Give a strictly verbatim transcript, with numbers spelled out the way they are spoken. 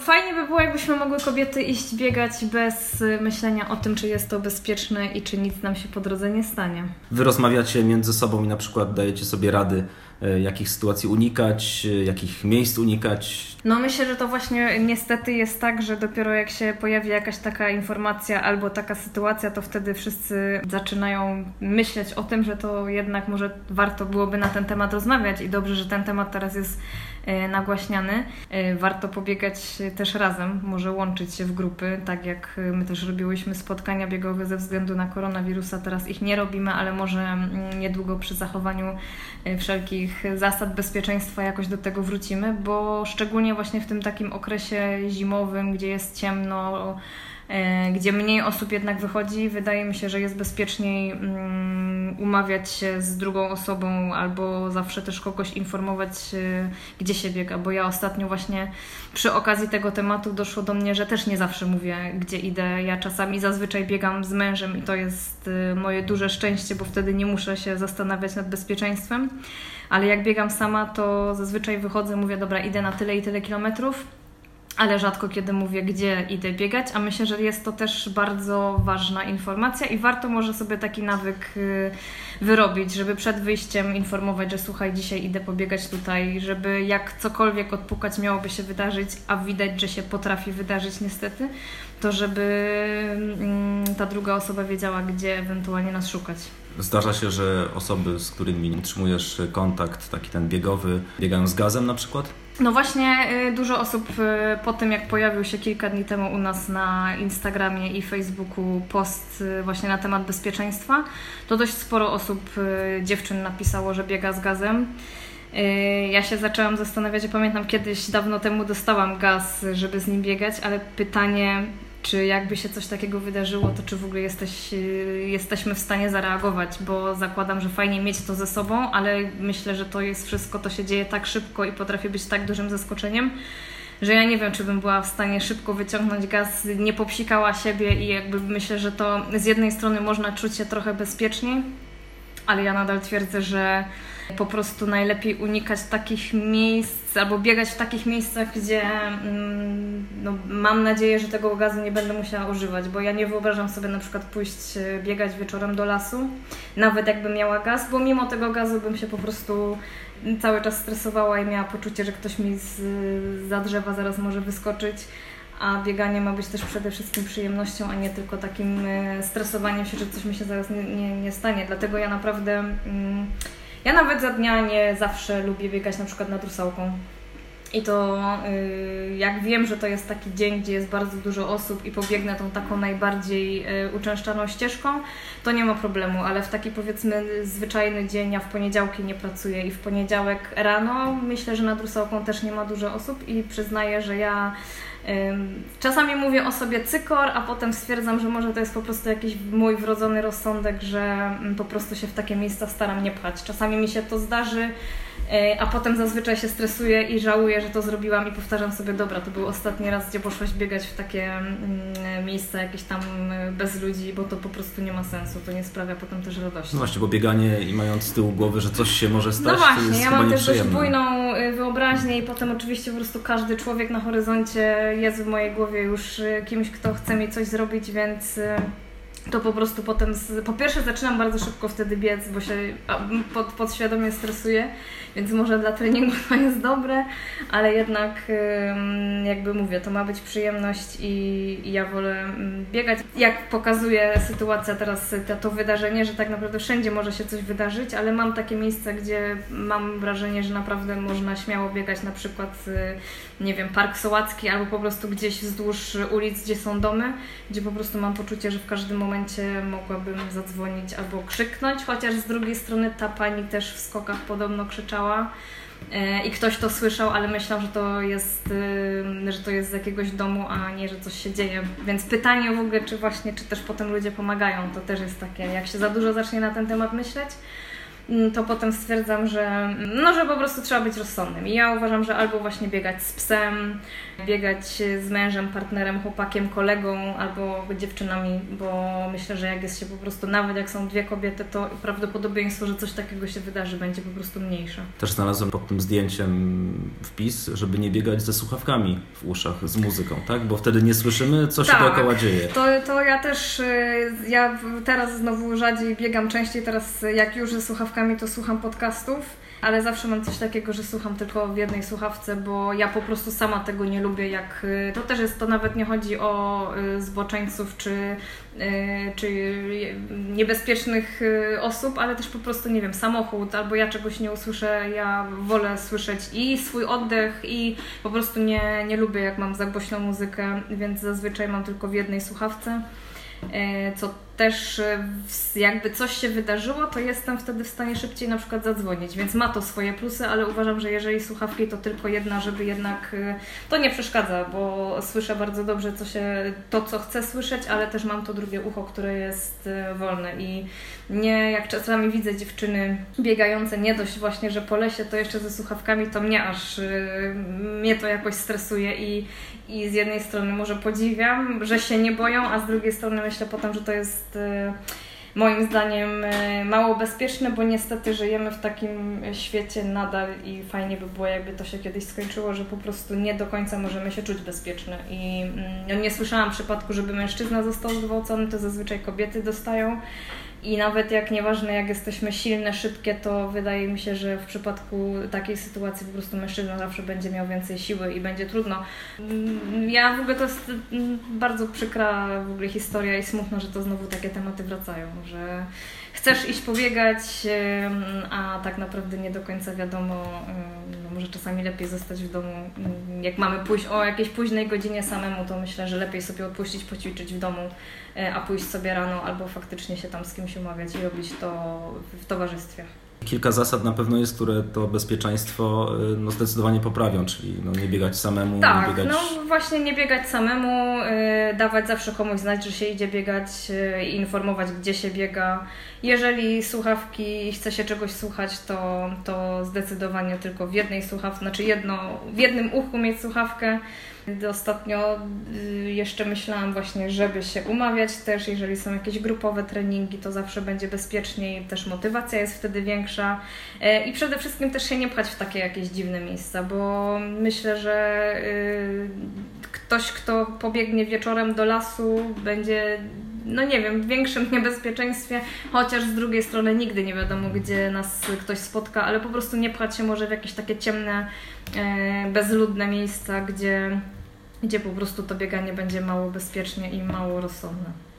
fajnie by było, jakbyśmy mogły kobiety iść biegać bez myślenia o tym, czy jest to bezpieczne i czy nic nam się po drodze nie stanie. Wy rozmawiacie między sobą i na przykład dajecie sobie rady, jakich sytuacji unikać, jakich miejsc unikać? No myślę, że to właśnie niestety jest tak, że dopiero jak się pojawi jakaś taka informacja albo taka sytuacja, to wtedy wszyscy zaczynają myśleć o tym, że to jednak może warto byłoby na ten temat rozmawiać i dobrze, że ten temat teraz jest nagłaśniany. Warto pobiegać też razem, może łączyć się w grupy, tak jak my też robiłyśmy spotkania biegowe ze względu na koronawirusa, teraz ich nie robimy, ale może niedługo przy zachowaniu wszelkich zasad bezpieczeństwa jakoś do tego wrócimy, bo szczególnie właśnie w tym takim okresie zimowym, gdzie jest ciemno, gdzie mniej osób jednak wychodzi, wydaje mi się, że jest bezpieczniej um, umawiać się z drugą osobą albo zawsze też kogoś informować, gdzie się biega, bo ja ostatnio właśnie przy okazji tego tematu doszło do mnie, że też nie zawsze mówię, gdzie idę. Ja czasami zazwyczaj biegam z mężem i to jest moje duże szczęście, bo wtedy nie muszę się zastanawiać nad bezpieczeństwem, ale jak biegam sama, to zazwyczaj wychodzę, mówię, dobra, idę na tyle i tyle kilometrów, ale rzadko kiedy mówię, gdzie idę biegać, a myślę, że jest to też bardzo ważna informacja i warto może sobie taki nawyk wyrobić, żeby przed wyjściem informować, że słuchaj, dzisiaj idę pobiegać tutaj, żeby jak cokolwiek odpukać miałoby się wydarzyć, a widać, że się potrafi wydarzyć niestety, to żeby ta druga osoba wiedziała, gdzie ewentualnie nas szukać. Zdarza się, że osoby, z którymi utrzymujesz kontakt, taki ten biegowy, biegają z gazem na przykład? No właśnie dużo osób po tym, jak pojawił się kilka dni temu u nas na Instagramie i Facebooku post właśnie na temat bezpieczeństwa, to dość sporo osób, dziewczyn napisało, że biega z gazem. Ja się zaczęłam zastanawiać, ja pamiętam kiedyś dawno temu dostałam gaz, żeby z nim biegać, ale pytanie, czy jakby się coś takiego wydarzyło, to czy w ogóle jesteś, jesteśmy w stanie zareagować, bo zakładam, że fajnie mieć to ze sobą, ale myślę, że to jest wszystko, to się dzieje tak szybko i potrafi być tak dużym zaskoczeniem, że ja nie wiem, czy bym była w stanie szybko wyciągnąć gaz, nie popsikała siebie i jakby myślę, że to z jednej strony można czuć się trochę bezpieczniej, ale ja nadal twierdzę, że po prostu najlepiej unikać takich miejsc albo biegać w takich miejscach, gdzie no, mam nadzieję, że tego gazu nie będę musiała używać, bo ja nie wyobrażam sobie na przykład pójść biegać wieczorem do lasu, nawet jakbym miała gaz, bo mimo tego gazu bym się po prostu cały czas stresowała i miała poczucie, że ktoś mi z, za drzewa zaraz może wyskoczyć. A bieganie ma być też przede wszystkim przyjemnością, a nie tylko takim stresowaniem się, że coś mi się zaraz nie, nie, nie stanie. Dlatego ja naprawdę, mm, ja nawet za dnia nie zawsze lubię biegać na przykład nad Rusałką. I to y, jak wiem, że to jest taki dzień, gdzie jest bardzo dużo osób i pobiegnę tą taką najbardziej y, uczęszczaną ścieżką, to nie ma problemu, ale w taki powiedzmy zwyczajny dzień, ja w poniedziałki nie pracuję i w poniedziałek rano myślę, że nad Rusałką też nie ma dużo osób i przyznaję, że ja czasami mówię o sobie cykor, a potem stwierdzam, że może to jest po prostu jakiś mój wrodzony rozsądek, że po prostu się w takie miejsca staram nie pchać. Czasami mi się to zdarzy, a potem zazwyczaj się stresuję i żałuję, że to zrobiłam i powtarzam sobie, dobra, to był ostatni raz, gdzie poszłaś biegać w takie miejsca jakieś tam bez ludzi, bo to po prostu nie ma sensu, to nie sprawia potem też radości. No właśnie, bo bieganie i mając z tyłu głowy, że coś się może stać, no właśnie, to jest ja chyba mam też dość nieprzyjemne. bujną wyobraźnię i potem oczywiście po prostu każdy człowiek na horyzoncie jest w mojej głowie już kimś, kto chce mi coś zrobić, więc to po prostu potem, z, po pierwsze zaczynam bardzo szybko wtedy biec, bo się pod, podświadomie stresuję, więc może dla treningu to jest dobre, ale jednak jakby mówię, to ma być przyjemność i, i ja wolę biegać. Jak pokazuje sytuacja teraz, to, to wydarzenie, że tak naprawdę wszędzie może się coś wydarzyć, ale mam takie miejsca, gdzie mam wrażenie, że naprawdę można śmiało biegać, na przykład nie wiem, Park Sołacki albo po prostu gdzieś wzdłuż ulic, gdzie są domy, gdzie po prostu mam poczucie, że w każdym momencie mogłabym zadzwonić albo krzyknąć, chociaż z drugiej strony ta pani też w skokach podobno krzyczała i ktoś to słyszał, ale myślał, że to jest, że to jest z jakiegoś domu, a nie, że coś się dzieje. Więc pytanie w ogóle, czy właśnie, czy też potem ludzie pomagają, to też jest takie, jak się za dużo zacznie na ten temat myśleć, to potem stwierdzam, że, no, że po prostu trzeba być rozsądnym. I ja uważam, że albo właśnie biegać z psem, biegać z mężem, partnerem, chłopakiem, kolegą albo dziewczynami, bo myślę, że jak jest się po prostu, nawet jak są dwie kobiety, to prawdopodobieństwo, że coś takiego się wydarzy, będzie po prostu mniejsze. Też znalazłem pod tym zdjęciem wpis, żeby nie biegać ze słuchawkami w uszach, z muzyką, tak? Bo wtedy nie słyszymy, co się tak, dookoła dzieje. To, to ja też, ja teraz znowu rzadziej biegam, częściej teraz jak już ze słuchawkami, to słucham podcastów, ale zawsze mam coś takiego, że słucham tylko w jednej słuchawce, bo ja po prostu sama tego nie lubię, jak to też jest, to nawet nie chodzi o zboczeńców czy, czy niebezpiecznych osób, ale też po prostu, nie wiem, samochód, albo ja czegoś nie usłyszę, ja wolę słyszeć i swój oddech i po prostu nie, nie lubię, jak mam za głośną muzykę, więc zazwyczaj mam tylko w jednej słuchawce. Co też jakby coś się wydarzyło, to jestem wtedy w stanie szybciej na przykład zadzwonić, więc ma to swoje plusy, ale uważam, że jeżeli słuchawki, to tylko jedna, żeby jednak to nie przeszkadza, bo słyszę bardzo dobrze co się, to co chcę słyszeć, ale też mam to drugie ucho, które jest wolne i nie, jak czasami widzę dziewczyny biegające, nie dość właśnie, że po lesie, to jeszcze ze słuchawkami, to mnie aż, mnie to jakoś stresuje i, i z jednej strony może podziwiam, że się nie boją, a z drugiej strony myślę potem, że to jest moim zdaniem mało bezpieczne, bo niestety żyjemy w takim świecie nadal i fajnie by było, jakby to się kiedyś skończyło, że po prostu nie do końca możemy się czuć bezpieczne. I no, nie słyszałam przypadku, żeby mężczyzna został zgwałcony, to zazwyczaj kobiety dostają. I nawet jak nieważne, jak jesteśmy silne, szybkie, to wydaje mi się, że w przypadku takiej sytuacji po prostu mężczyzna zawsze będzie miał więcej siły i będzie trudno. Ja w ogóle to jest bardzo przykra w ogóle historia i smutno, że to znowu takie tematy wracają, że chcesz iść pobiegać, a tak naprawdę nie do końca wiadomo, no może czasami lepiej zostać w domu. Jak mamy pójść o jakiejś późnej godzinie samemu, to myślę, że lepiej sobie odpuścić, poćwiczyć w domu, a pójść sobie rano albo faktycznie się tam z kimś umawiać i robić to w towarzystwie. Kilka zasad na pewno jest, które to bezpieczeństwo no, zdecydowanie poprawią, czyli no, nie biegać samemu. Tak, nie biegać... no właśnie nie biegać samemu, yy, dawać zawsze komuś znać, że się idzie biegać i yy, informować, gdzie się biega. Jeżeli słuchawki, chce się czegoś słuchać, to, to zdecydowanie tylko w jednej słuchawce, znaczy jedno, w jednym uchu mieć słuchawkę. Ostatnio jeszcze myślałam właśnie, żeby się umawiać też, jeżeli są jakieś grupowe treningi, to zawsze będzie bezpieczniej, też motywacja jest wtedy większa i przede wszystkim też się nie pchać w takie jakieś dziwne miejsca, bo myślę, że ktoś, kto pobiegnie wieczorem do lasu, będzie, no nie wiem, w większym niebezpieczeństwie, chociaż z drugiej strony nigdy nie wiadomo, gdzie nas ktoś spotka, ale po prostu nie pchać się może w jakieś takie ciemne, bezludne miejsca, gdzie, gdzie po prostu to bieganie będzie mało bezpiecznie i mało rozsądne.